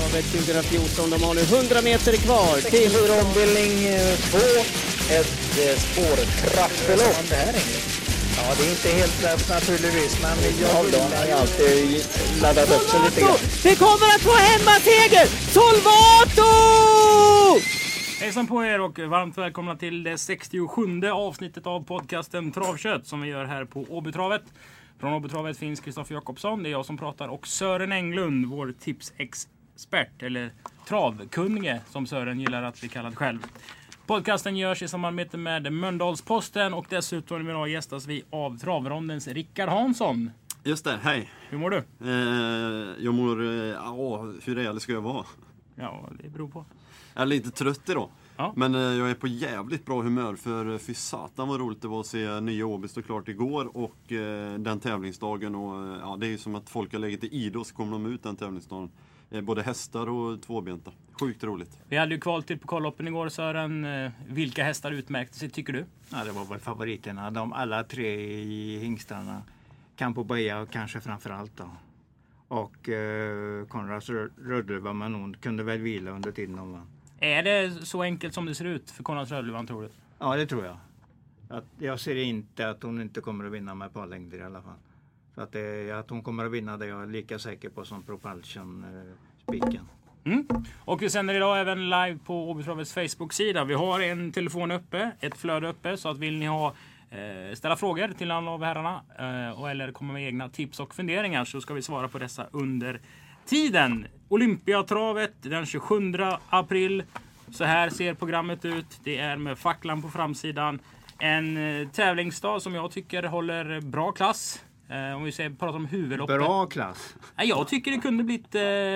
Åbytravet 2014. De har nu 100 meter kvar till ombildning 2. Ett spårtrappelopp. Ja, det är inte helt lätt naturligtvis, men jag har alltid laddat upp sig lite grann. Det kommer att få hemmaseger! Solvato! Hejsan på er och varmt välkomna till det 67:e avsnittet av podcasten Travkött som vi gör här på Åbytravet. Från Åbytravet finns Kristoffer Jakobsson, det är jag som pratar, och Sören Englund, vår tipsexpert, eller travkunnige som Sören gillar att bli kallad själv. Podcasten görs i samarbete med Mölndalsposten och dessutom idag gästas vi av Travrondens Rickard Hansson. Just det, hej. Hur mår du? Jag mår, hur ärlig ska jag vara? Ja, det beror på. Jag är lite trött idag. Ja. Men jag är på jävligt bra humör för fy satan vad roligt det var att se nya Åby stå klart igår och den tävlingsdagen. Och, ja, det är ju som att folk har läget i Ido så kommer de ut den tävlingsdagen. Både hästar och tvåbenta. Sjukt roligt. Vi hade ju kval till pokalloppen igår, Sören. Vilka hästar utmärkte sig, tycker du? Ja, det var väl favoriterna. De alla tre i hingstarna. Campo Bahia kanske framförallt då. Och Konrads Rödluvan hon kunde väl vila under tiden de vann. Är det så enkelt som det ser ut för Konrads Rödluvan, tror du? Ja, det tror jag. Jag ser inte att hon inte kommer att vinna med parlängder i alla fall. Så att hon kommer att vinna det jag är lika säker på som Propulsion-spiken. Och vi sänder idag även live på Åbytravets Facebook-sida. Vi har en telefon uppe, ett flöde uppe, så att vill ni ställa frågor till någon av herrarna eller komma med egna tips och funderingar så ska vi svara på dessa under tiden. Olympiatravet den 27 april. Så här ser programmet ut. Det är med facklan på framsidan. En tävlingsdag som jag tycker håller bra klass. Om vi pratar om huvudloppet. Bra klass. Jag tycker det kunde blivit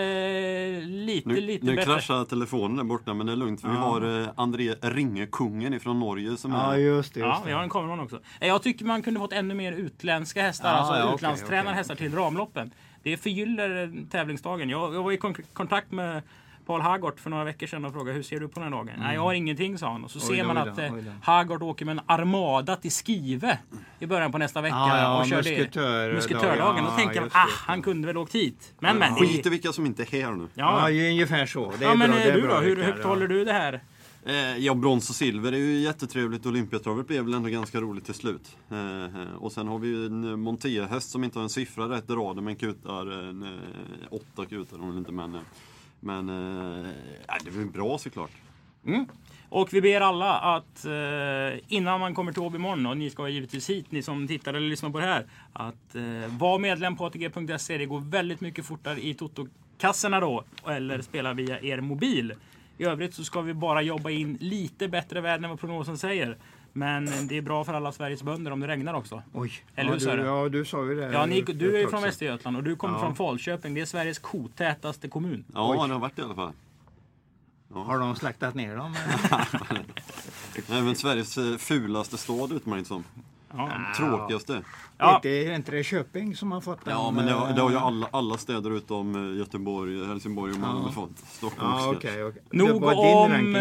lite Nu bättre. kraschar telefonen där borta, men det är lugnt för vi har André Ringekungen ifrån Norge som Ja, är... just det. Ja, vi har en kameraman också. Jag tycker man kunde fått ännu mer utländska hästar, utlandstränade hästar till ramloppen. Det förgyller tävlingsdagen. Jag var i kontakt med Paul Hagort för några veckor sedan och frågade hur ser du på den här dagen? Nej, jag har ingenting, sa han. Och så ser man att Hagort åker med en armada till Skive i början på nästa vecka och kör musketördagen. Då tänker jag, han kunde väl åkt hit. Men skit i vilka som inte är här nu. Ja, ungefär så. Det är ja, men bra, det är du bra, då? Hur Rickard, högt håller du det här? Ja, brons och silver är ju jättetrevligt. Olympiatravet blev väl ändå ganska roligt till slut. Och sen har vi ju en Montea-häst som inte har en siffra rätt i raden men kutar 8 kutar hon inte, men det är väl bra såklart. Och vi ber alla att innan man kommer till Åby imorgon, och ni ska givetvis hit, ni som tittar eller lyssnar på det här, att vara medlem på ATG.se. Det går väldigt mycket fortare i Toto-kassorna då, eller spela via er mobil. I övrigt så ska vi bara jobba in lite bättre väder än vad prognosen säger. Men det är bra för alla Sveriges bönder om det regnar också. Oj. Eller hur, Sören? Ja, du sa ju det. Ja, du är ju från Västergötland och du kommer från Falköping. Det är Sveriges kotätaste kommun. Ja, det har varit i alla fall. Ja. Har de slaktat ner dem? Även Sveriges fulaste stad ut man inte som. Ja. Tråkigaste. Ja. Är inte det Köping som har fått den? Ja, men det har ju alla städer utom Göteborg, Helsingborg och Malmö fått. Stockholm. Ja, okej. Nog om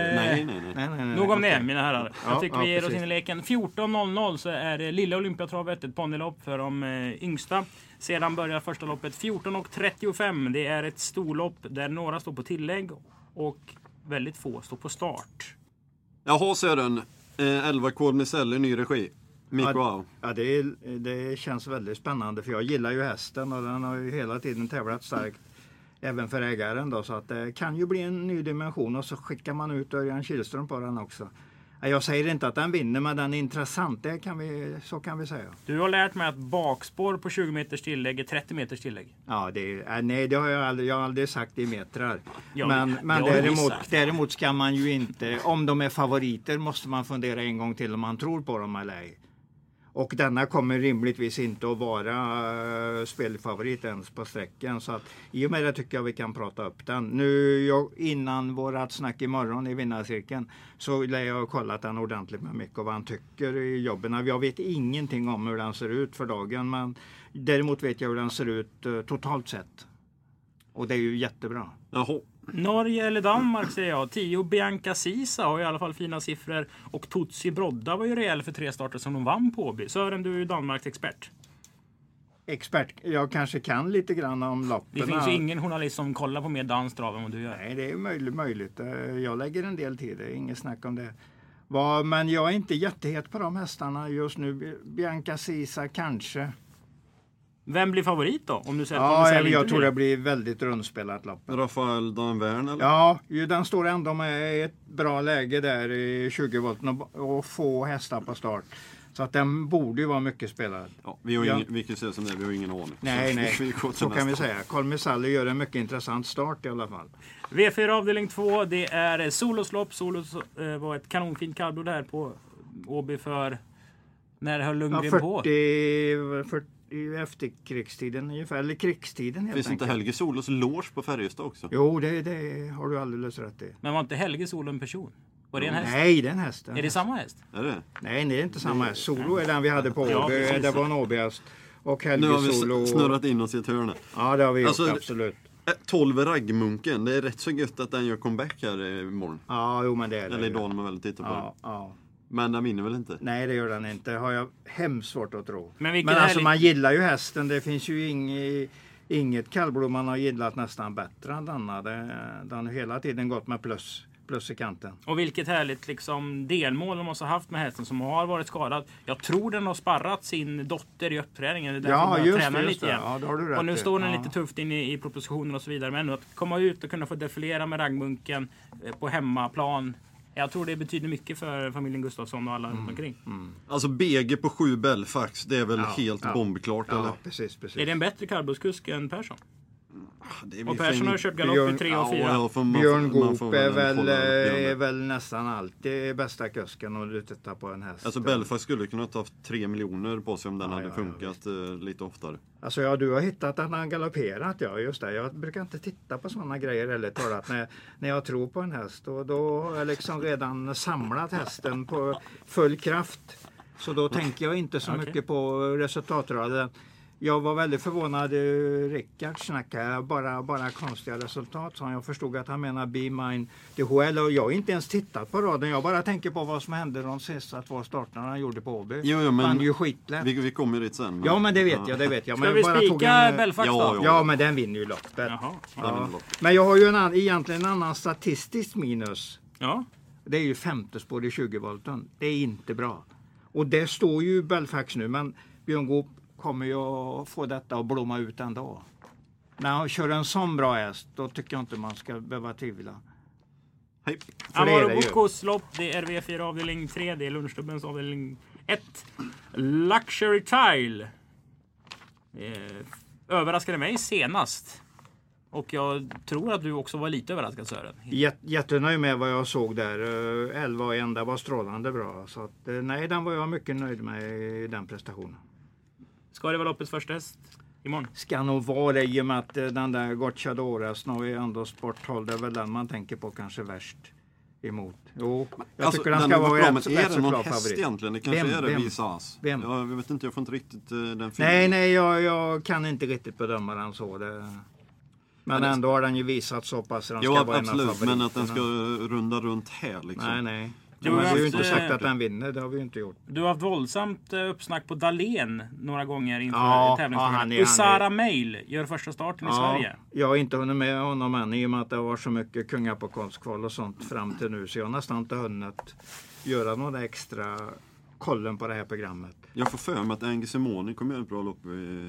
Nog om det, mina herrar. Jag tycker vi ger oss in i leken. 14.00 så är det lilla Olympiatravet, ett ponnylopp för de yngsta. Sedan börjar första loppet 14.35. Det är ett storlopp där några står på tillägg och väldigt få står på start. Jaha, Sören. 11 kod med Sälj i ny regi. Ja, det känns väldigt spännande för jag gillar ju hästen och den har ju hela tiden tävlat starkt även för ägaren då, så att det kan ju bli en ny dimension och så skickar man ut Örjan Kihlström på den också. Jag säger inte att den vinner, men den är intressant, så kan vi säga. Du har lärt mig att bakspår på 20 meters tillägg är 30 meters tillägg. Ja, det har jag har aldrig sagt i metrar. Ja, men däremot ska man ju inte, om de är favoriter måste man fundera en gång till om man tror på dem eller ej. Och denna kommer rimligtvis inte att vara spelfavorit ens på sträckan. Så att, i och med det tycker jag vi kan prata upp den. Nu innan vårat snack imorgon i vinnarcirkeln så lär jag kolla den ordentligt med Micke och vad han tycker i jobben. Jag vet ingenting om hur den ser ut för dagen, men däremot vet jag hur den ser ut totalt sett. Och det är ju jättebra. Jaha. Norge eller Danmark säger jag. 10 Bianca Sisa har i alla fall fina siffror. Och Tutsi Brodda var ju rejäl för 3 starter som de vann på Åby. Sören, du är ju Danmarks expert. expert. Jag kanske kan lite grann om loppen. Det finns ju ingen journalist som kollar på mer danstrav än vad du gör. Nej, det är möjligt. Jag lägger en del tid, det är inget snack om det. Men jag är inte jättehet på de hästarna just nu. Bianca Sisa kanske. Vem blir favorit då? Om du säger jag tror det blir väldigt rundspelat lopp. Rafael Danvern eller? Ja, den står ändå med ett bra läge där i 20 volten och få hästar på start. Så att den borde ju vara mycket spelad. Ja, vi kan säga som det, vi har ingen aning. Nej, så kan vi säga. Colmy Sally gör en mycket intressant start i alla fall. V4 avdelning 2, det är Solos lopp. Solos var ett kanonfint kallblod där på Åby för... När höll Lundgren på? 40 efter krigstiden ungefär, eller krigstiden helt Finns enkelt. inte Helge Solos loge på Färjestad också? Jo, det har du alldeles rätt i. Men var inte Helge Solo en person? Var det en häst? Nej, det är en häst. Är det samma häst? Är det? Nej, det är inte samma häst. Solo är den vi hade på Ja, Åby. precis. Det var en Åby-häst. Och Nu Helge har vi Solo... snurrat in oss i ett hörn. Ja, det har vi gjort, Alltså, absolut. 12 Raggmunken, det är rätt så gött att den gör comeback här imorgon. Ja, jo, men det är det. Eller idag när man väl tittar på den. Ja. Men den vinner väl inte? Nej, det gör den inte. Har jag hemskt svårt att tro. Men alltså man gillar ju hästen. Det finns ju inget kallblod man har gillat nästan bättre än denna. Den har hela tiden gått med plus i kanten. Och vilket härligt liksom delmål de måste ha haft med hästen som har varit skadad. Jag tror den har sparrat sin dotter i uppträningen. Ja, just det. Ja, då har du rätt. Och nu står den lite tufft in i propositionen och så vidare. Men ändå att komma ut och kunna få defilera med Raggmunken på hemmaplan. Jag tror det betyder mycket för familjen Gustafsson och alla runt omkring. Alltså BG på 7 Belfax, det är väl helt bombklart eller? Ja, precis. Är det en bättre kallblodskusk än Persson? Det är Och Persson har kört galopp i 3 och 4. Björn Goop är väl nästan alltid bästa kusken om du tittar på en häst. Alltså Belfast skulle kunna ta 3 miljoner på sig om den hade funkat lite oftare. Alltså du har hittat att han galopperat, ja just det. Jag brukar inte titta på sådana grejer eller talat när jag tror på en häst. Och då har jag liksom redan samlat hästen på full kraft. Så då tänker jag inte så mycket på resultatraden. Jag var väldigt förvånad. Rickard snackade bara konstiga resultat. Så jag förstod att han menar Be Mine DHL. Och jag har inte ens tittat på raden. Jag bara tänker på vad som hände de sista 2 starterna han gjorde på Åby. Jo, men han ju skitlätt. Vi kommer dit sen. Men... Ja, men det vet jag. Ska vi spika Belfax då? Ja, men den vinner ju loppet. Jaha. Men jag har ju egentligen en annan statistisk minus. Ja. Det är ju 5:e spår i 20-volten. Det är inte bra. Och det står ju Belfax nu, men Björn Goop kommer ju att få detta att blomma ut ändå. När han kör en sån bra häst, då tycker jag inte man ska behöva tvivla. Hej. Amaro Bocos lopp, det är V4 avdelning 3, det är Lunchklubbens avdelning 1. Luxury Tile. Överraskade mig senast. Och jag tror att du också var lite överraskad, Sören. Jättenöjd med vad jag såg där. 11-1, det var strålande bra. Så att, nej, den var jag mycket nöjd med i den prestationen. Ska det vara loppets första häst imorgon? Ska nog vara det i och med att den där Gocciadores har ju ändå sporthåll. Det är väl den man tänker på kanske värst emot. Jo, jag tycker den ska vara rätt så klar favorit. Är det någon häst egentligen? Det kanske är det Visas. Vem? Jag vet inte, jag får inte riktigt den filmen. Nej, jag kan inte riktigt bedöma den så. Men ändå har den ju visat så pass att den ska vara absolut, en av favoriterna. Men att den ska runda runt här liksom. Nej. Du har ju inte sagt att den vinner, det har vi ju inte gjort. Du har haft våldsamt uppsnack på Dahlén några gånger inför tävlingsdagen. Usara Mail gör första starten i Sverige. Jag har inte hunnit med honom än i och med att det var så mycket kungapokalskval och sånt fram till nu. Så jag har nästan inte hunnit göra några extra kollen på det här programmet. Jag får för mig att Angus Simoni kommer göra ett bra lopp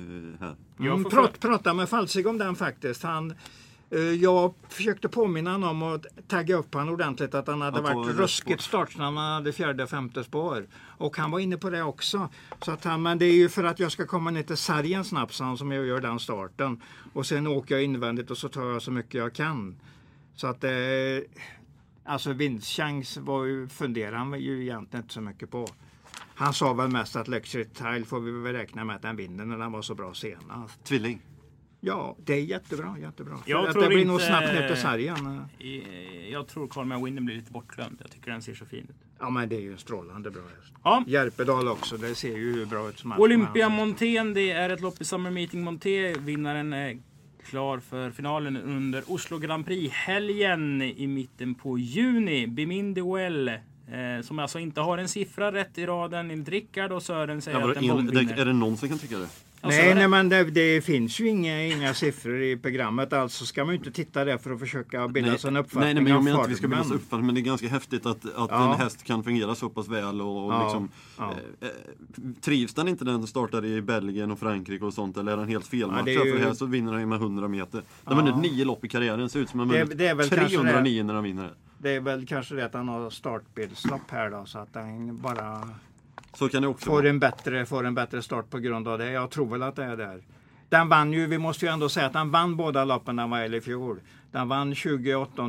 här. Prata med Falsig om den faktiskt. Jag försökte påminna honom om att tagga upp han ordentligt att han hade varit ruskigt startsnabb när han hade 4:e, 5:e spår. Och han var inne på det också. Så att men det är ju för att jag ska komma ner till sargen snabbt som jag gör den starten. Och sen åker jag invändigt och så tar jag så mycket jag kan. Så att alltså vinstchans funderar han ju egentligen inte så mycket på. Han sa väl mest att Luxury Tile får vi väl räkna med att den vinner när den var så bra senast. Tvilling. Ja, det är jättebra. Jag tror det blir nog snabbt ner till sargen. Jag tror Colmy Winner blir lite bortglömd. Jag tycker den ser så fin ut. Ja, men det är ju en strålande bra häst. Ja. Järpedal också, det ser ju hur bra ut som helst. Olympia Montén, det är ett lopp i Summer Meeting Monté. Vinnaren är klar för finalen under Oslo Grand Prix-helgen i mitten på juni. Bemin Well, som alltså inte har en siffra rätt i raden. Rickard och Sören säger att den bombvinner. Är det någon som kan tycka det? Nej, men det finns ju inga siffror i programmet. Alltså ska man ju inte titta där för att försöka bilda sig en uppfattning. Nej, men jag menar om inte vi ska bilda oss uppfattning. Men det är ganska häftigt att en häst kan fungera så pass väl. Och liksom, trivs den inte när den startar i Belgien och Frankrike och sånt? Eller är den helt felmatchad? För här så vinner den med 100 meter. Den har 9 lopp i karriären. Ser ut som det är väl 309 när den vinner. Det är väl kanske det att han har startbildslopp här då. Så att den bara... Så kan det också får en bättre start på grund av det. Jag tror väl att det är där. Den vann ju, vi måste ju ändå säga att den vann båda loppen den var i fjol. Den vann 28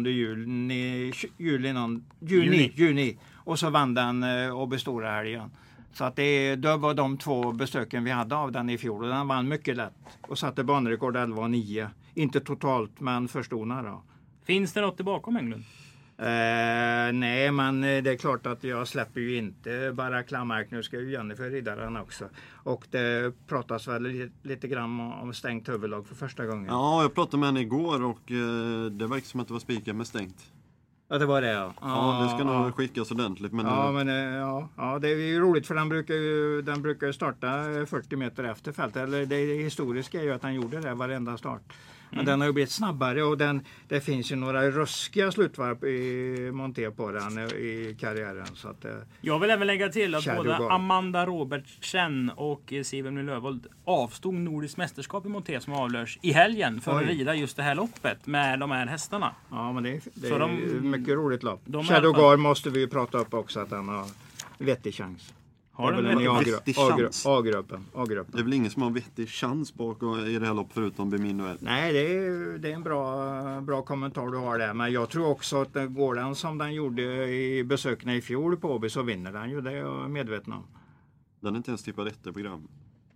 juni. Och så vann den Åby Stora helgen. Så att det var de 2 besöken vi hade av den i fjol. Och den vann mycket lätt. Och satte banrekord 11,9. Inte totalt, men för stona då. Finns det något bakom Englund? Nej, men det är klart att jag släpper ju inte bara Klammark. Nu ska ju Jennifer riddaren också. Och det pratas väl lite grann om stängt huvudlag för första gången. Ja, jag pratade med henne igår och det verkar som att det var spikat med stängt. Ja, det var det, ja. Ja, det ska nog skickas ordentligt. Men det är ju roligt för den brukar starta 40 meter efter fältet. Eller det historiska är ju att han gjorde det varenda start. Men den har ju blivit snabbare och det finns ju några ruskiga slutvarv i monté på den i karriären. Så att, jag vill även lägga till att både Amanda Robertsen och Siven Lövold avstod Nordiskt mästerskap i monté som avlörs i helgen för att rida just det här loppet med de här hästarna. Ja, men det är mycket roligt lopp. Shadowgar måste vi ju prata upp också att han har vettig chans. Har den en vettig chans? A-gruppen. Det är väl ingen som har vettig chans bak i det här loppet förutom Beminuel? Nej, det är en bra kommentar du har där. Men jag tror också att går den som den gjorde i besökna i fjol på Åby så vinner den ju. Det är jag medveten om. Den är inte ens tippad rätt i program.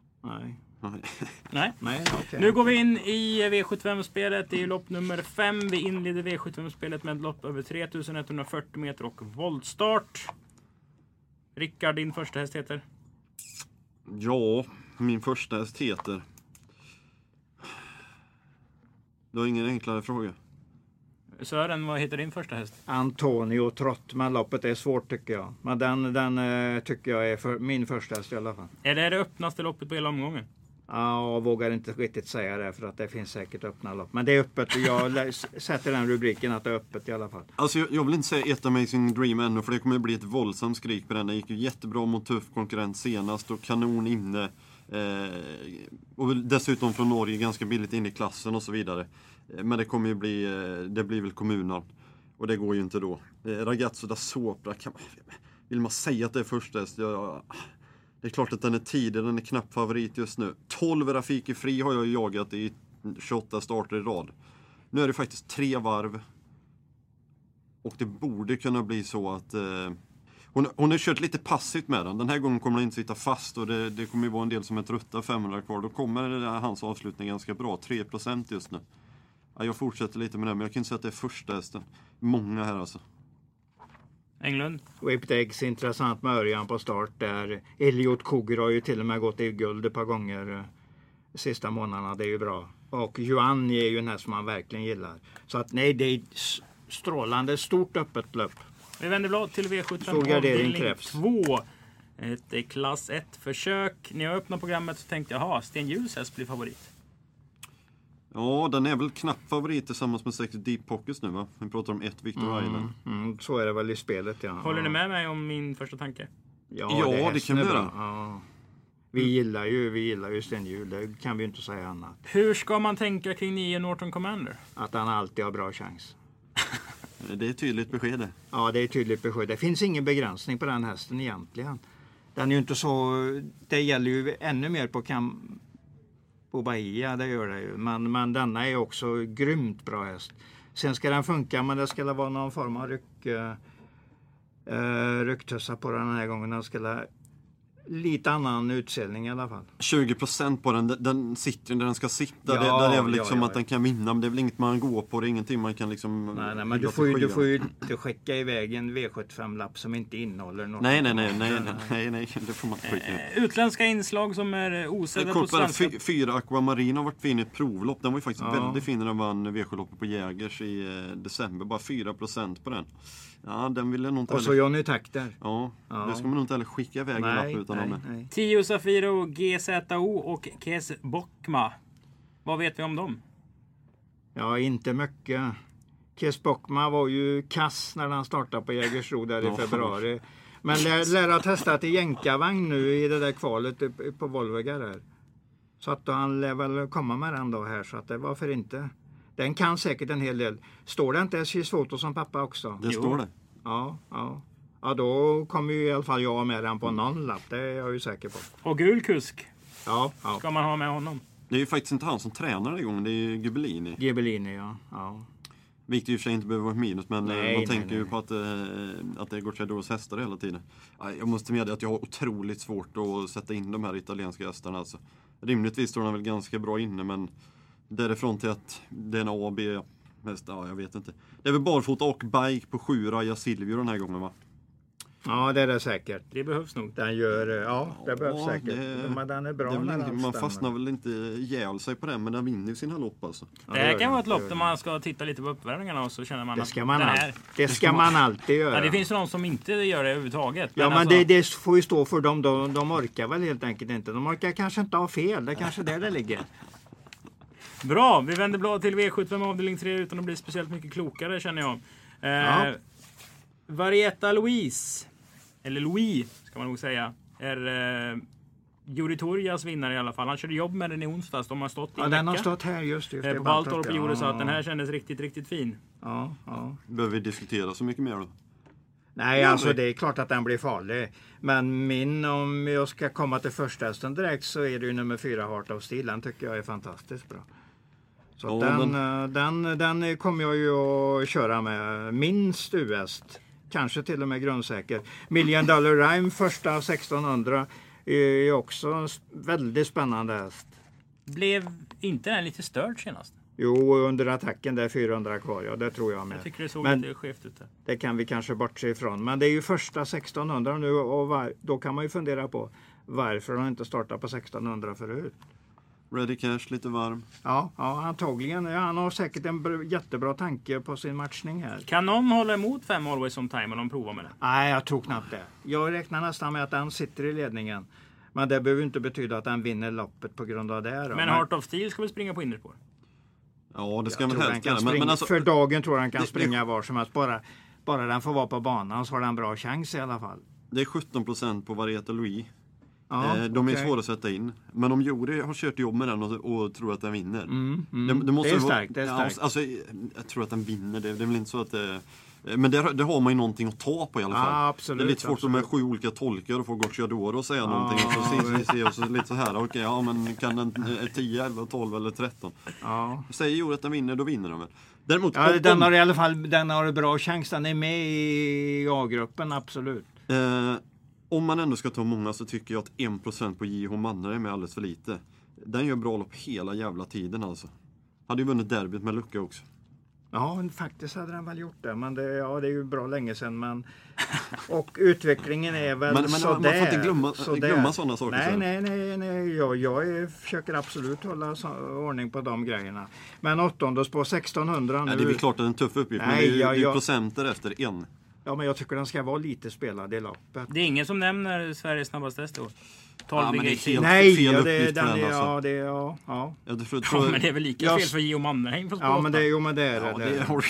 Nej. Okay. Nu går vi in i V75-spelet i lopp nummer 5. Vi inleder V75-spelet med ett lopp över 3140 meter och voltstart. Rickard, din första häst heter? Ja, min första häst heter... Du har ingen enklare fråga. Sören, vad heter din första häst? Antonio Trott, men loppet är svårt tycker jag. Men den tycker jag är min första häst i alla fall. Är det öppnaste loppet på hela omgången? Ja, jag vågar inte riktigt säga det för att det finns säkert öppna lopp. Men det är öppet och jag sätter den rubriken att det är öppet i alla fall. Alltså jag vill inte säga ett Amazing Dream ännu för det kommer bli ett våldsamt skrik på den. Det gick ju jättebra mot tuff konkurrent senast och kanon inne. Och dessutom från Norge ganska billigt in i klassen och så vidare. Men det kommer ju bli, det blir väl kommunen. Och det går ju inte då. Ragazzo da Sopra, vill man säga att det är första häst? Det är klart att den är tidig, den är knapp favorit just nu. 12 Rafiki Fri har jag jagat i 28 starter i rad. Nu är det faktiskt 3 varv. Och det borde kunna bli så att... Hon har kört lite passivt med den. Den här gången kommer den inte sitta fast och det kommer ju vara en del som är trötta 500 kvar. Då kommer hans avslutning ganska bra. 3% just nu. Ja, jag fortsätter lite med det, men jag kan inte säga att det är första hästen. Många här alltså. Englund? Whipped Eggs intressant med Örjan på start där. Elliot Cougar har ju till och med gått i guld ett par gånger sista månaderna. Det är ju bra. Och Johan är ju en här som man verkligen gillar. Så att nej, det är strålande stort öppet löp. Vi vänder blad till V75 avdelning 2. Ett klass 1-försök. När jag öppnade programmet så tänkte jag, Sten Hjus häst blir favorit. Ja, den är väl knappt favorit tillsammans med 6 Deep Pockets nu va? Vi pratar om 1 Victor Island. Så är det väl i spelet, ja. Håller ni med mig om min första tanke? Ja, det kan vi göra. Ja. Vi gillar ju Sten Hjul, det kan vi inte säga annat. Hur ska man tänka kring 9 Norton Commander? Att han alltid har bra chans. Det är tydligt besked det. Ja, det är tydligt besked. Det finns ingen begränsning på den hästen egentligen. Den är ju inte så... Det gäller ju ännu mer på Bahia, det gör det ju. Men denna är också grymt bra häst. Sen ska den funka, men det ska vara någon form av rycktussa på den här gången. Den ska lite annan utsäljning i alla fall. 20% på den, den sitter där den ska sitta. Ja, det är väl liksom att den kan vinna, men det är väl inget man går på. Det är ingenting man kan liksom... Nej, men du får ju inte skicka iväg en V75-lapp som inte innehåller något. Nej, det får man inte skicka. Utländska inslag som är osedda på svenska. 4 Aquamarine har varit fin i ett provlopp. Den var ju faktiskt väldigt fin när den vann V7-loppet på Jägers i december. Bara 4% på den. Ja, den ville nog inte... Och så Johnny Takter. Ja, det ska man nog inte heller skicka iväg. utan dem. Nej. Tio Safiro, GZO och Kes Bokma. Vad vet vi om dem? Ja, inte mycket. Kes Bokma var ju kass när han startade på Jägersro där i februari. Men lär ha testat i jänkarvagn nu i det där kvalet på Volvogar där. Så att han lär väl komma med den då här, så att det varför inte. Den kan säkert en hel del. Står det inte SJs foto som pappa också? Det står det. Ja. Ja, då kommer ju i alla fall jag med den på någon lapp. Det är jag ju säker på. Och gul kusk. Ja. Ska man ha med honom? Det är ju faktiskt inte han som tränar igång, det är ju Gubelini. Gibellini, ja. Vilket i och för sig inte behöver vara ett minus, men Nej, man tänker ju på att det går Cheddoros hästar hela tiden. Jag måste medge att jag har otroligt svårt att sätta in de här italienska hästarna. Alltså. Rimligtvis står de väl ganska bra inne, men därifrån till att det är en A och B-häst, jag vet inte. Det är väl barfota och bike på 7 Raja Silvio den här gången, va? Ja, det är det säkert. Det behövs nog. Den gör, det behövs säkert. Men den är bra när den man stämmer. fastnar väl inte ihjäl sig på den, men den vinner ju sina lopp alltså. Det här kan vara ett lopp där man ska titta lite på uppvärmningarna och så känner man Det att ska man, den här... det ska man alltid göra. Ja, det finns ju någon som inte gör det överhuvudtaget. Ja, men alltså, det får ju stå för dem. De orkar väl helt enkelt inte. De orkar kanske inte ha fel. Det är kanske där det ligger. Bra, vi vänder blad till V75 avdelning 3 utan att bli speciellt mycket klokare, känner jag. Varietta Louise, eller Louis ska man nog säga, är Juri Turjas vinnare i alla fall. Han körde jobb med den i onsdags. De har stått i en Den har vecka. stått här just det. På Baltorp och gjorde så att den här kändes riktigt, riktigt fin. Ja. Behöver vi diskutera så mycket mer då? Nej, alltså det är klart att den blir farlig. Men om jag ska komma till första hästen direkt så är det ju nummer 4 Heart of Steel. Den tycker jag är fantastiskt bra. Så den kommer jag ju att köra med minst US. Kanske till och med grundsäker. Million Dollar Rhyme första 1600 är också en väldigt spännande häst. Blev inte den lite störd senast? Jo, under attacken där 400 kvar. Ja, det tror jag med. Jag tycker det såg Men lite skevt ut där. det kan vi kanske bortse ifrån. Men det är ju första 1600 nu och då kan man ju fundera på varför han inte startat på 1600 förut. Ready Cash, lite varm. Ja, antagligen. Ja, han har säkert en jättebra tanke på sin matchning här. Kan någon hålla emot 5 Always On Time om de provar med det? Nej, jag tror knappt det. Jag räknar nästan med att han sitter i ledningen. Men det behöver inte betyda att han vinner loppet på grund av det. Då. Men Heart of Steel ska väl springa på innerspår? Ja, det ska Jag väl tror helst han kan göra. springa, Men alltså, för dagen tror jag han kan springa var som helst. Bara den får vara på banan så har han en bra chans i alla fall. det är 17% på Varietta Louis. Ja, de är okej. svåra att sätta in. Men om Juri har kört jobb med den och tror att den vinner. Det är starkt, det är starkt. Ja, alltså, jag tror att den vinner. Det är väl inte så att men det har man ju någonting att ta på i alla fall. Ja, absolut, det är lite svårt absolut. med 7 olika tolkar och få Gocciadoro och säga någonting. Och så lite så här. Okej, ja, men kan den 10, 11, 12 eller 13? Ja. Säger Juri att den vinner, då vinner den väl. Däremot, Ja, den har i alla fall en bra chans. Den är med i A-gruppen, absolut. om man ändå ska ta många så tycker jag att 1% på J.H. Manner är med alldeles för lite. Den gör bra lopp hela jävla tiden alltså. Hade ju vunnit derbyt med lucka också. Ja, faktiskt hade den väl gjort det. Men det är ju bra länge sedan. Men... Och utvecklingen är väl men sådär. man får inte glömma sådana saker. Nej. Jag försöker absolut hålla ordning på de grejerna. Men 8:e på 1600 nu. Det är väl klart att det är en tuff uppgift. Nej, men det är ju procenter efter en. Ja, men jag tycker den ska vara lite spelad i loppet. Det är ingen som nämner Sveriges snabbaste häst då? 12 Ja, men det är Gate. helt Nej, fel ja, uppgift den för den, är, alltså. ja, det är, ja. Ja, men det är väl lika fel för Gio Mannerheim på spår Ja, men 8. det är det. Ja, det har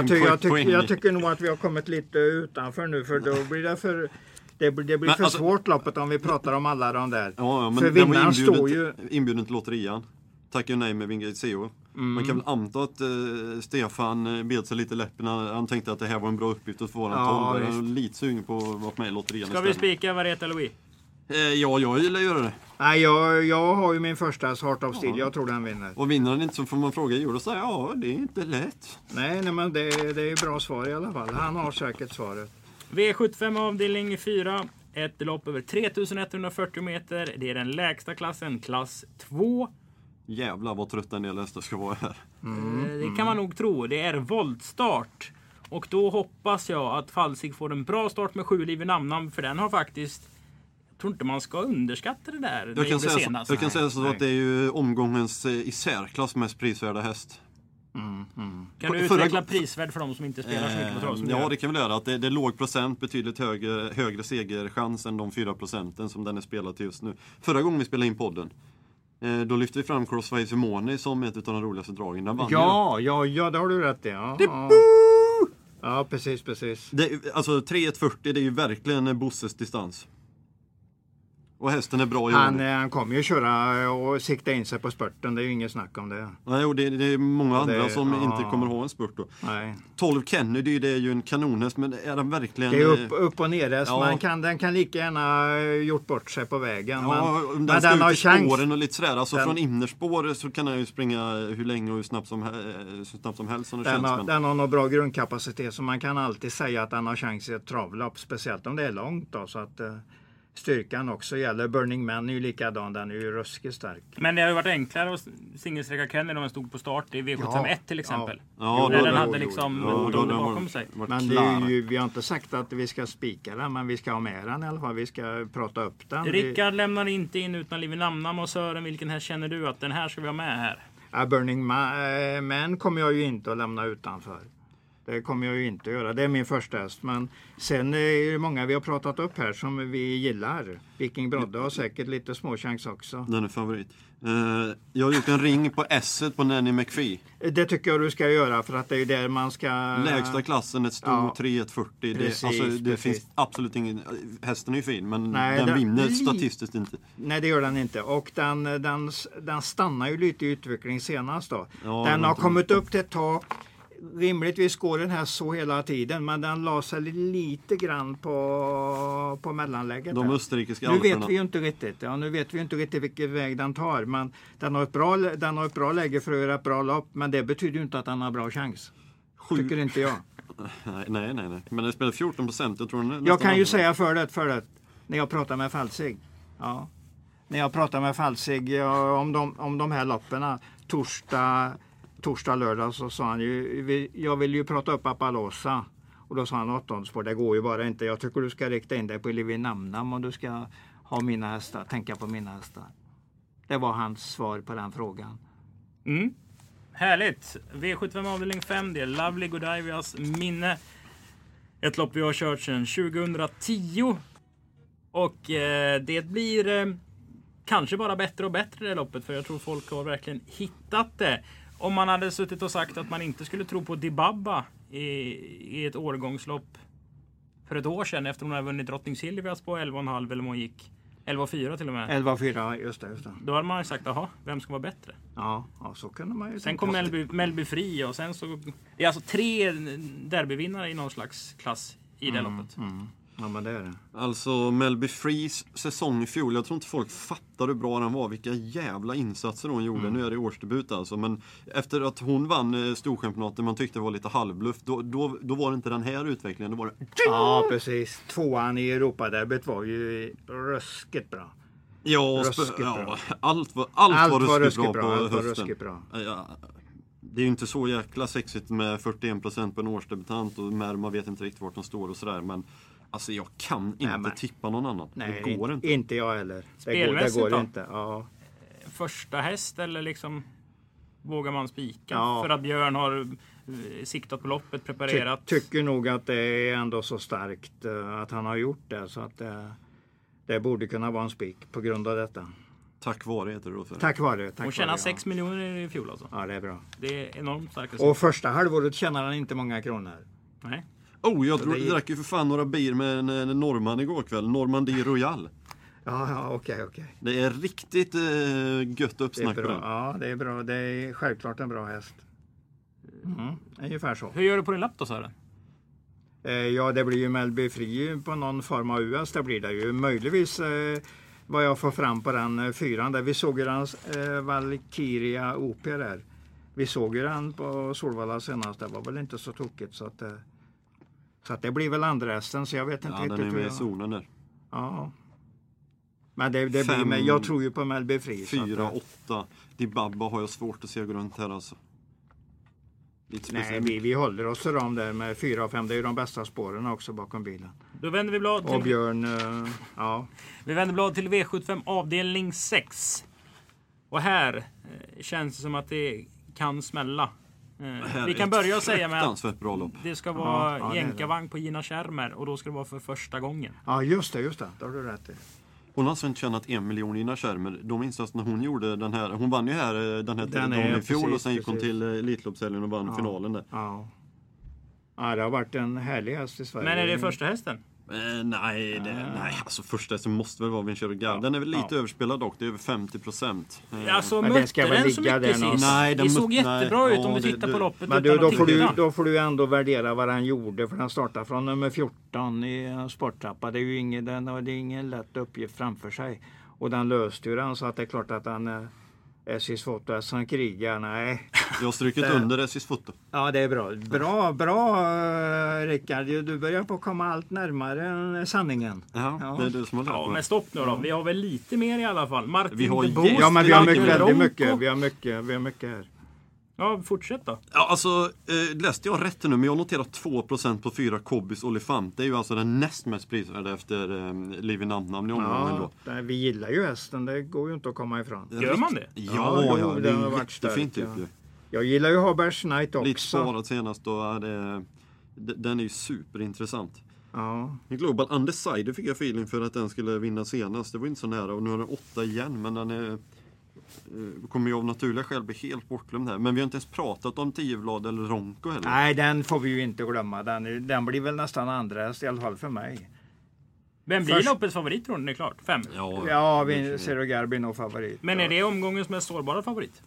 Jag tycker nog att vi har kommit lite utanför nu, för då blir det för... Det blir för alltså, svårt loppet om vi pratar om alla de där. Ja, men för den vinnaren var står ju... inbjuden till lotterian. Tackar nej med Vingate CO. Man kan väl anta att Stefan bet sig lite läppen. Han tänkte att det här var en bra uppgift att få en 12. Han är lite sugen på att vara med i lotterian. Ska vi spika Varietta Louis? Ja, jag gillar att göra det. Nej, jag har ju min första Heart of Steel. Jag tror den vinner. Och vinner den inte så får man fråga Jord och säga ja, det är inte lätt. Nej, men det är bra svar i alla fall. Han har säkert svaret. V75 avdelning 4. Ett lopp över 3140 meter. Det är den lägsta klassen, klass 2. Jävlar vad trött en del hästar ska vara här. Det kan man nog tro. Det är voltstart. Och då hoppas jag att Falsig får en bra start med 7 liv i namn. För den har faktiskt... Jag tror inte man ska underskatta det där. Jag kan säga så att det är ju omgångens i särklass mest prisvärda häst. Kan du utveckla prisvärd för de som inte spelar så mycket på trav som Ja, det kan vi göra. Att det är låg procent, betydligt högre segerchans än de 4% som den är spelad till just nu. Förra gången vi spelade in podden, då lyfte vi fram Crossface Money som ett av de roligaste dragen. Den vann Ja, det har du rätt i. Ja, precis. Alltså 3-1-40, det är ju verkligen Bosses distans. Och hästen är bra i år. Han kommer ju köra och sikta in sig på spurten, det är ju inget snack om det. Nej, och det är många andra som inte kommer ha en spurt då. Nej. 12 Kennedy, det är ju en kanonhäst, men är den verkligen... Det är upp och ner häst. Den kan lika gärna gjort bort sig på vägen. Ja, men den har ut i chans. spåren och lite sådär. Alltså från innerspår så kan den ju springa hur länge och hur snabbt som helst som det känns. Den har någon bra grundkapacitet, så man kan alltid säga att den har chans i ett travlopp, speciellt om det är långt då, så att styrkan också gäller. Burning Man är ju likadan, den är ju ruskigt stark. Men det har ju varit enklare att singelsträcka Kenny om den stod på start i V751 till exempel. Ja, när den hade liksom bakom sig. Men det är ju, vi har inte sagt att vi ska spika den, men vi ska ha med den i alla fall. Vi ska prata upp den. Rickard lämnar inte in utan Liv i namnnamn. Och Sören, vilken här känner du att den här ska vi ha med här? Burning Man kommer jag ju inte att lämna utanför. Det kommer jag ju inte att göra. Det är min första häst. Men sen är det många vi har pratat upp här som vi gillar. Viking Brodde har säkert lite småchans också. Den är favorit. Jag har gjort en ring på S på Nanny McPhee. Det tycker jag du ska göra, för att det är ju där man ska... Lägsta klassen, ett stor 3-1-40. Det finns absolut ingen... Hästen är ju fin, men den vinner statistiskt inte. Nej, det gör den inte. Och den stannar ju lite i utveckling senast då. Ja, den har kommit upp till ett tag. Rimligtvis går den här så hela tiden, men den la sig lite grann på mellanläget. De österrikiska nu vet vi ju inte riktigt vilken väg den tar, men den har ett bra läge för att göra ett bra lopp, men det betyder ju inte att den har bra chans. Tycker inte jag. Nej. Men den spelar 14%. Jag tror jag kan ju säga för det när jag pratar med Falsig. Ja. När jag pratar med Falsig om de här lopperna torsdag, lördag, så sa han ju, jag vill ju prata upp Appaloosa. Och då sa han 8 spår, det går ju bara inte. Jag tycker du ska rikta in dig på Liv i namnnamn och du ska ha mina hästar, tänka på mina hästar. Det var hans svar på den frågan. Härligt. V75 avdelning 5, det är Lovely Godivias minne. Ett lopp vi har kört sedan 2010. Och det blir kanske bara bättre och bättre det loppet, för jag tror folk har verkligen hittat det. Om man hade suttit och sagt att man inte skulle tro på Dibaba i ett årgångslopp för ett år sedan, efter hon hade vunnit Drottning Silvias på 11,5 eller om hon gick 11,4 till och med. 11,4, just det. Då hade man sagt, jaha, vem ska vara bättre? Ja, så kunde man ju. Sen kom Melby Fri och sen så... Det är alltså 3 derbyvinnare i någon slags klass i det loppet. Ja, men det är det. Alltså Melby Frees säsong i fjol, jag tror inte folk fattar hur bra den var, vilka jävla insatser hon gjorde. Nu är det årsdebut alltså, men efter att hon vann storchampionaten, man tyckte det var lite halvbluff, då var det inte den här utvecklingen, då var det... Ja, precis. 2:an i Europaderbyt var ju ruskigt bra. Ja, allt var ruskigt bra på hösten. Ja, det är ju inte så jäkla sexigt med 41% på en årsdebutant och man vet inte riktigt vart de står och sådär, men alltså jag kan inte tippa någon annan. Nej, det går inte. Inte jag heller. Det går inte. Ja. Första häst eller liksom vågar man spika för att Björn har siktat på loppet, preparerat? Tycker nog att det är ändå så starkt att han har gjort det, så att det borde kunna vara en spik på grund av detta. Tack vare heter det då. Tack vare. Hon tjänar 6 miljoner i fjol alltså. Ja, det är bra. Det är enormt starkt. Och första halvåret tjänar han inte många kronor. Nej. Jag tror det drack ju för fan några bier med en norrman igår kväll. Normandie Royal. Ja, okej. Det är riktigt gött uppsnack på den. Ja, det är bra. Det är självklart en bra häst. Ungefär så. Hur gör du på din lapp då, Sören? Ja, det blir ju Melby Fri på någon form av US. Det blir det ju. Möjligtvis vad jag får fram på den 4:an där. Vi såg ju den Valkyria OP där. Vi såg ju den på Solvalla senast. Det var väl inte så tokigt, så att det blir väl andra hästen, så jag vet inte riktigt. Ja, den är med i zonen där. Ja. Men det blir med. Jag tror ju på Melby Fri. 4-8. Dibaba har jag svårt att se gå runt här alltså. Nej, vi håller oss till dem där med 4 och 5. Det är ju de bästa spåren också bakom bilen. Då vänder vi blad till... Och Björn, Vi vänder blad till V75 avdelning 6. Och här känns det som att det kan smälla. Vi kan börja säga med att bra lopp. det ska vara jänkarvagn på Gina Schermer och då ska det vara för första gången. Ja, just det. Det har du rätt i. Hon har alltså inte tjänat 1 miljon Gina Schermer. De minns att när hon gjorde den här, hon vann ju här den här tävlingen i fjol och sen gick hon till Elitloppshelgen och vann finalen där. Ja, det har varit en härlig häst i Sverige. Men är det första hästen? Nej, alltså första hästen måste väl vara Vincero Gard. Den är väl lite överspelad dock, det är över 50%. Alltså mötte den så mycket sist? Nej, det såg jättebra ut om du tittar på loppet. Men då får du ändå värdera vad han gjorde, för han startar från nummer 14 i sporttrappa. Det är ju ingen lätt uppgift framför sig. Och den löste ju den, så att det är klart att han SJs foto som krigar, nej. Jag har strukit under SJs foto. Ja, det är bra Rickard. Du börjar på att komma allt närmare sanningen. Ja, det är du som har lärt mig. Ja, men stopp nu då. Vi har väl lite mer i alla fall. Martin vi har de Boos, ja, men vi har väldigt mycket. Vi har mycket här. Ja, fortsätt då. Ja, alltså läste jag rätt nu, men jag noterar 2% på 4 Kobbys Olifant. Det är ju alltså den näst mest prisvärda efter Liv i namn i omgången då. Vi gillar ju hästen, det går ju inte att komma ifrån. Gör man det? Ja, det är jättefint ju. Jag gillar ju Haber's Night också. Lite sparat senast och den är ju superintressant. Ja. I Global Undecided fick jag feeling för att den skulle vinna senast. Det var inte så nära och nu har den 8 igen, men den kommer ju av naturliga skäl bli helt bortglömd här. Men vi har inte ens pratat om 10-blad eller Ronco heller. Nej, den får vi ju inte glömma. Den blir väl nästan andra, i alla fall för mig. Vem blir loppets favorit tror ni? Det är klart. 5? Ja, Vincero Gard blir nog favorit. Men är det omgångens mest sårbara favorit?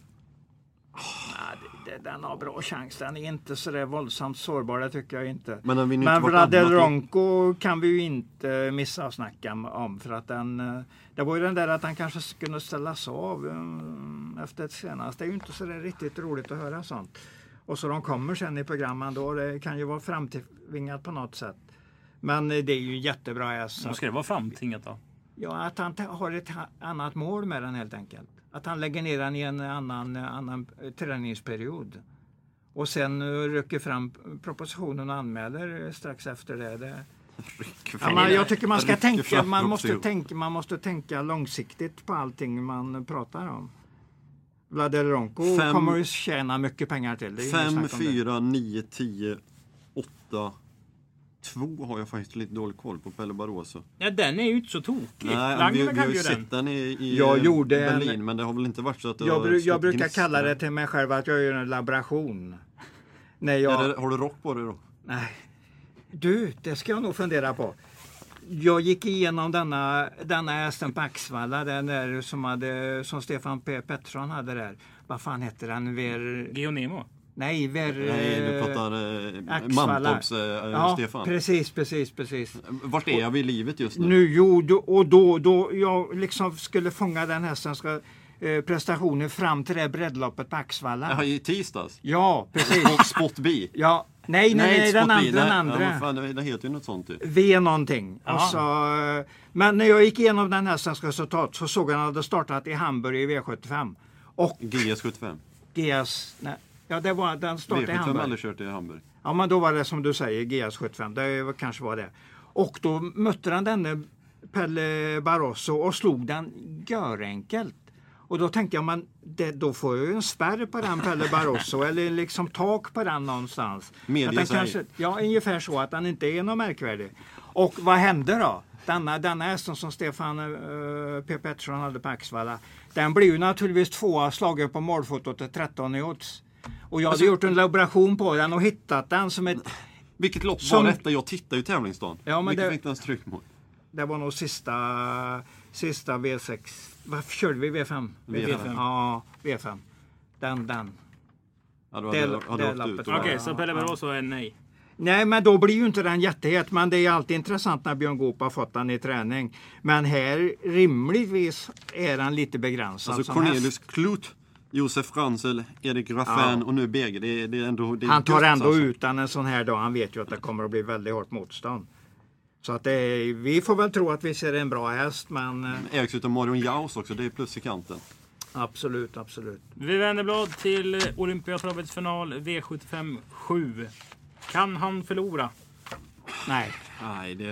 Den har bra chans. Den är inte så där våldsamt sårbar, det tycker jag inte. Men Bradel Ronco kan vi ju inte missa att snacka om, för att det var ju den där att han kanske skulle ställas av efter ett senast. Det är ju inte så där riktigt roligt att höra sånt. Och så de kommer sen i programmen då, det kan ju vara framtvingat på något sätt. Men det är ju jättebra häst. Vad ska det vara framtvingat då? Ja, att han har ett annat mål med den helt enkelt. Att han lägger ner den i en annan träningsperiod. Och sen rycker fram propositionen och anmäler strax efter det. Jag tycker man ska tänka, man måste tänka långsiktigt på allting man pratar om. Bradel Ronco kommer ju tjäna mycket pengar till. 5, 4, 9, 10, 8... 2 har jag faktiskt lite dålig koll på Pelle Barroso. Ja, den är ju inte så tokig. Nej, vi har ju sett den i Berlin, men det har väl inte varit så att jag brukar kalla det till mig själv att jag gör en laboration. Har du rock på det då? Nej. Du, det ska jag nog fundera på. Jag gick igenom denna hästen på Axvalla, den där som Stefan P. Pettersson hade där. Vad fan heter den? Geonemo? Nej, du pratar Mantorps Stefan. Precis. Vart är vi i livet just nu? Då jag liksom skulle fånga den hästen prestationen fram till det breddloppet på Axvalla. Ja, i tisdags? Ja, precis. Spot B? Ja, nej, den andra. Ja, fan, det heter ju något sånt. V någonting. Men när jag gick igenom den hästens resultat så såg jag att han hade startat i Hamburg i V75. Och GS75? Nej. Ja, det var den startade i Hamburg. V75 aldrig kört i Hamburg. Ja, men då var det som du säger, GS75. Det kanske var det. Och då mötte han denne Pelle Barroso och slog den görenkelt. Och då tänkte jag, då får jag ju en spärr på den Pelle Barroso eller liksom tak på den någonstans. Ungefär så att den inte är någon märkvärdig. Och vad hände då? Denna hästen som Stefan P. Pettersson hade på Axvalla, den blev ju naturligtvis 2 slagen på målfotot till 13 i odds. Och jag hade gjort en laboration på den och hittat den som ett... Vilket lopp var detta? Jag tittade ju tävlingsdagen. Ja, men vilket fick den stryktmål? Det var nog sista V6. Varför körde vi V5? V5. Ja, V5. Den. Ja, det lappet. Okej, så Pelle Barroso är nej. Nej, men då blir ju inte den jättehet. Men det är alltid intressant när Björn Goop har fått den i träning. Men här rimligtvis är den lite begränsad. Alltså Cornelius Klut, Josef Fransel, Erik Raffin och nu BG. Det är ändå, han tar ändå utan en sån här dag. Han vet ju att det kommer att bli väldigt hårt motstånd. Så att vi får väl tro att vi ser en bra häst. Men Eriks utan Marion Jaus också, det är plus i kanten. Absolut. Vi vänder blad till Olympiatravets final V75 7. Kan han förlora? Nej, det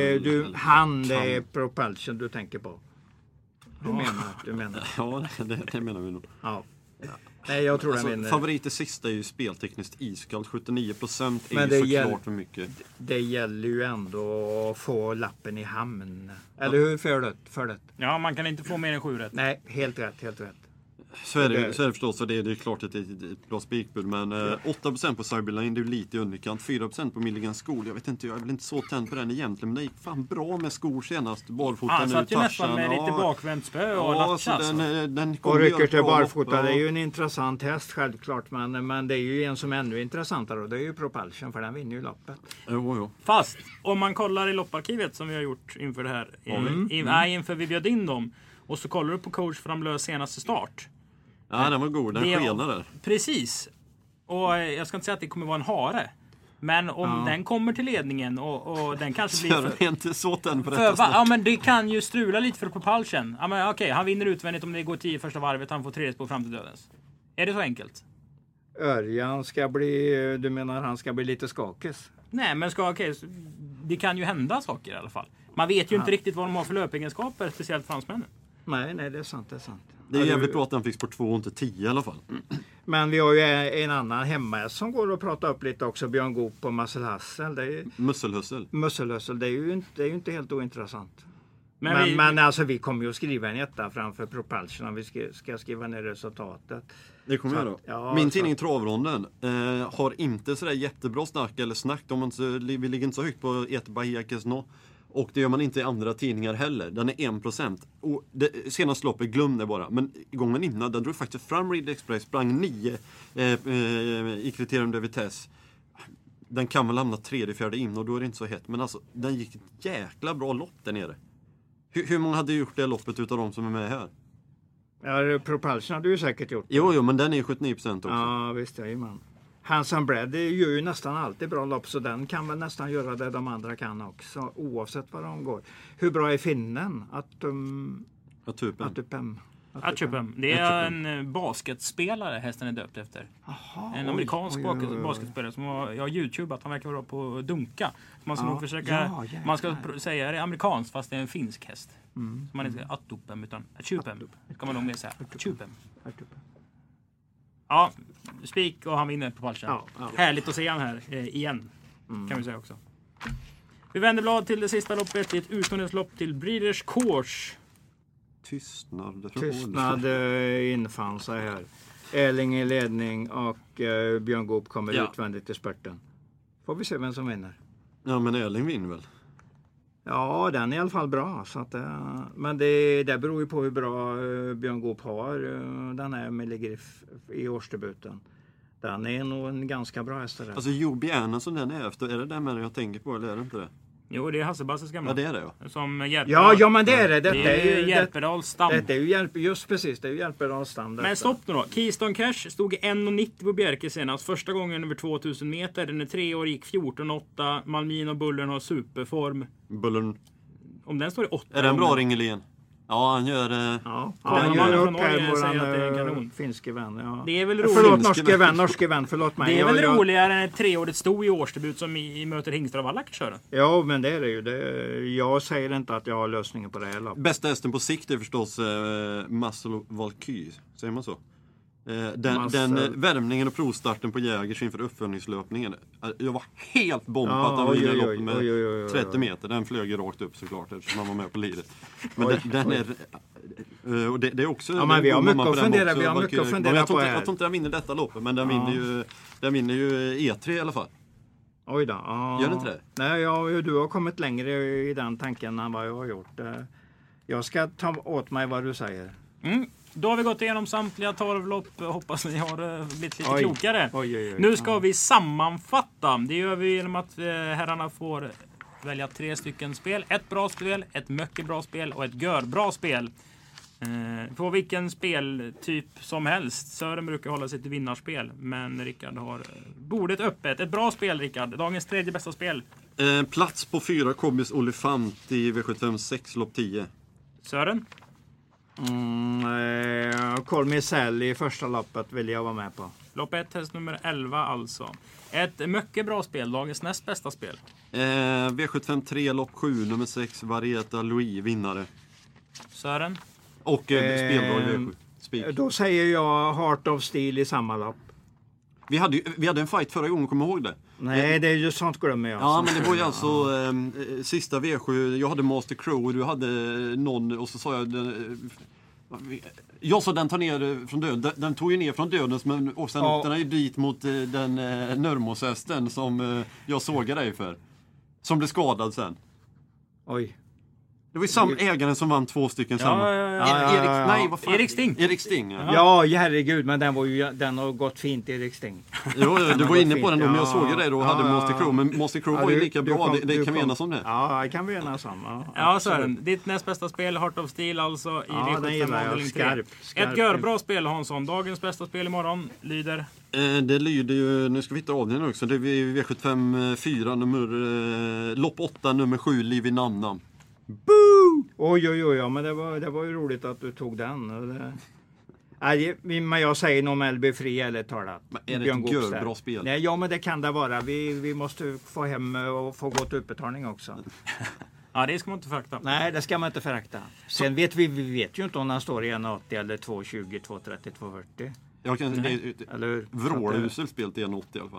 är Propulsion du tänker på. Du menar. Ja, det menar vi nog. Ja. Nej, jag tror den vinner. Favorit i sista är ju speltekniskt iskallt. 79% är Men ju det såklart för mycket. Det gäller ju ändå att få lappen i hamn. Eller hur för det? Ja, man kan inte få mer än 7 rätt. Nej, helt rätt. Så är det förstås, så det är klart att det är ett bra spikbud. Men 8% på Cyberline, det är lite i underkant. 4% på Milligan Skol. Jag vet inte, jag är väl inte så tänd på den egentligen. Men det gick fan bra med skor senast. Barfota nu, satt ju nästan med lite bakvänt spö och latcha. Den och rycker till barfota, det är ju en intressant häst självklart. Men det är ju en som är ännu intressantare och det är ju Propulsion, för den vinner ju loppet. Jo. Fast om man kollar i lopparkivet som vi har gjort inför det här. Inför vi bjöd in dem. Och så kollar du på Coach Framlös senaste start. Ja, den var god. Den skenade. Precis. Och jag ska inte säga att det kommer vara en hare. Men om den kommer till ledningen och den kanske blir... Så är inte så tänd på detta snart. Ja, men det kan ju strula lite för Propulsion. Ja, men okej, han vinner utvändigt om det går 10 första varvet. Han får 3 spår fram till dödens. Är det så enkelt? Örjan ska bli... Du menar han ska bli lite skakig? Nej, men det kan ju hända saker i alla fall. Man vet ju inte riktigt vad de har för löpegenskaper, speciellt fransmännen. Nej, det är sant. Det är jävligt bra att den fick spår 2 och inte 10 i alla fall. Men vi har ju en annan hemma som går att prata upp lite också. Björn Goop och Musselhussel. Musselhussel, det är ju inte helt ointressant. Men alltså vi kommer ju att skriva en etta framför Propulsion om vi ska skriva ner resultatet. Det kommer jag då. Ja, min tidning Travronden har inte sådär jättebra snack. Vi ligger inte så högt på ett Bahia Kesno. Och det gör man inte i andra tidningar heller. Den är 1%. Och det senaste loppet, glöm det bara. Men gången innan, den drog faktiskt fram Ridley Express. Sprang 9 i kriterium de vitesse. Den kan väl hamna 3-4 in och då är det inte så hett. Men alltså, den gick ett jäkla bra lopp där nere. Hur många hade gjort det loppet utav de som är med här? Ja, Propulsion hade ju säkert gjort det. Jo, men den är 79% också. Ja, visst, jajamän. Hanson Brad gör ju nästan alltid bra lopp, så den kan väl nästan göra det de andra kan också, oavsett vad de går. Hur bra är finnen? Atupem. Det är en basketspelare hästen är döpt efter. Aha, en amerikansk basketspelare som har YouTubeat. Han verkar vara på dunka. Man ska nog försöka... Man ska säga det är amerikanskt fast det är en finsk häst. Så man inte säger Atupem utan Atupem. Ska man nog mer säga Atupem. Ja, spik och han vinner på Palchen. Ja. Härligt att se han här igen. Kan vi säga också. Vi vänder blad till det sista loppet. Det är ett utomhuslopp till Breeders Course. Tystnad infann sig här. Erling i ledning och Björn Goop kommer utvändigt till spurten. Får vi se vem som vinner. Ja, men Erling vinner väl? Ja, den är i alla fall bra. Så att, men det beror ju på hur bra Björn Goop har. Den här med ligger i årsdebuten. Den är nog en ganska bra häst där. Alltså Jo Bjärna som den är efter, är det den med jag tänker på eller är det inte det? Jo, det är Hassebasses gamla. Ja, det är det Som ja, men det är det. Det är ju Järpedals stam. Det är ju just precis, det är ju Järpedals stam. Men stopp nu då. Keystone Cash stod i 1,90 på Bjerke senast. Första gången över 2000 meter. Den är 3 år, gick 14,8. Malmin och Bullern har superform. Bullern. Om den står i 8. Är den bra, Ringelén? Ja, han gör det. Han gör upp här våran finske vän. Ja. Det är väl roligt. Förlåt, norske vän, förlåt mig. Det är väl roligare än ett 3-årigt sto i årsdebut som i möter Hingstar och Wallack köra. Ja, men det är det ju. Jag säger inte att jag har lösningen på det här loppet. Bästa hästen på sikt är förstås Muscle Valky, säger man så? Den värmningen och provstarten på Jägers inför uppföljningslöpningen. Jag var helt bomb på att han vinner loppet med 30 meter. Den flög ju rakt upp såklart eftersom han var med på lidet. Men den är... Och det är också... Ja, men vi har mycket att fundera, jag på här. Jag tror inte den vinner detta loppet, men den vinner ju E3 i alla fall. Oj då. Gör det inte det? Nej, du har kommit längre i den tanken än vad jag har gjort. Jag ska ta åt mig vad du säger. Då har vi gått igenom samtliga 12 lopp. Hoppas ni har blivit lite klokare. Oj. Nu ska vi sammanfatta. Det gör vi genom att herrarna får välja 3 stycken spel. Ett bra spel, ett mycket bra spel och ett görbra spel. På vilken speltyp som helst. Sören brukar hålla sig till vinnarspel. Men Rickard har bordet öppet. Ett bra spel, Rickard. Dagens 3:e bästa spel. Plats på 4, Kobbis Olifant i V75 6 lopp 10. Sören? Colmy Sell i första loppet vill jag vara med på. Lopp 1, häst nummer 11 alltså. Ett mycket bra spel, dagens näst bästa spel. V75 3, lopp 7, nummer 6, Varieta Louis, vinnare. Sören? Och spelbra V7. Spik. Då säger jag Heart of Steel i samma lopp. Vi hade en fight förra gången, kommer du ihåg det? Nej, det är ju sånt glömmer jag. Ja, men det var ju alltså sista V7. Jag hade Master Crow och du hade någon, och så sa jag sa den tar ner från döden. Den tog ju ner från dödens, men och sen åkte den ju dit mot den Nörmoshästen som jag sågade dig för. Som blev skadad sen. Oj. Det var ju samma ägaren som vann 2 stycken samma. Erik Sting. Erik Sting, ja. Ja, herregud, men den har gått fint, Erik Sting. Jo, du var inne på den då, men jag såg ju dig då och hade Master Crow. Men Master Crow var ju lika bra, det kan vi enas om det. Ja, det kan vi enas om. Ja, så är den. Ditt näst bästa spel, Heart of Steel alltså, i V75-avdelning 3. Ett görbra spel, Hansson. Dagens bästa spel imorgon lyder... Det lyder ju, nu ska vi hitta avdelningen också, det är V75 4, lopp 8, nummer 7, Liv i Namnam. Boo! Oj, ja, men det var ju roligt att du tog den. Men jag säger nog Melby Fri eller talat. Men är det ett görbra spel? Nej, ja, men det kan det vara. Vi måste få hem och få gå till utbetalning också. Ja, det ska man inte förakta. Nej, det ska man inte förakta. Sen vet vi vet ju inte om den står i 1,80 eller 2,20, 2,30, 2,40. Jag kan eller vrålhuset spelet i 1,80 i alla fall.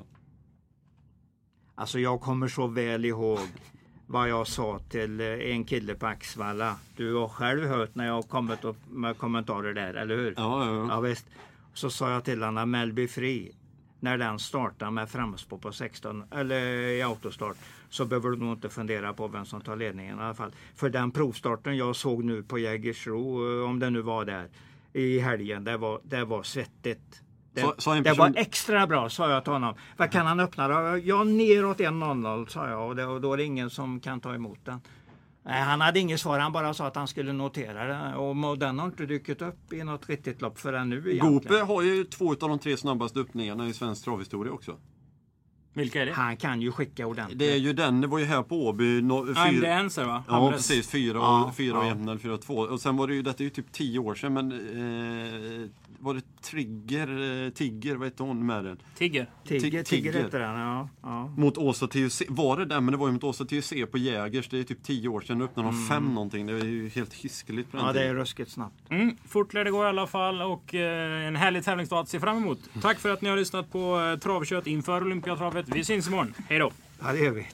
Alltså jag kommer så väl ihåg vad jag sa till en kille på Axvalla. Du har själv hört när jag har kommit upp med kommentarer där, eller hur? Ja, visst. Så sa jag till honom, Melby Fri, när den startar med framspår på 16 eller i autostart, så behöver du nog inte fundera på vem som tar ledningen i alla fall. För den provstarten jag såg nu på Jägersro, om det nu var där i helgen, det var svettigt. Det var extra bra, sa jag till honom. Vad kan han öppna då? Ja, neråt 1,00, sa jag. Och då är det ingen som kan ta emot den. Nej, han hade inget svar. Han bara sa att han skulle notera det. Och den har inte dykt upp i något riktigt lopp förrän nu egentligen. Gope har ju 2 av de 3 snabbaste öppningarna i svensk travhistoria också. Vilka är det? Han kan ju skicka ordentligt. Det är ju den, det var ju här på Åby. I'm the answer, va? Ja, precis. 4 och 1 eller 4-2. Och sen var det ju, detta är ju typ 10 år sedan, men var det Tigger, vad heter hon med den? Tigger heter den, ja. Mot Åsa TUC, var det den? Men det var ju mot Åsa TUC på Jägers, det är typ 10 år sedan, öppnade de 5 någonting, det är ju helt hiskeligt på den det är ruskigt snabbt. Fort lär det gå i alla fall, och en härlig tävlingsdag att se fram emot. Tack för att ni har lyssnat på Travkött inför Olympiatravet. Vi syns imorgon, hej då! Ja, det gör vi.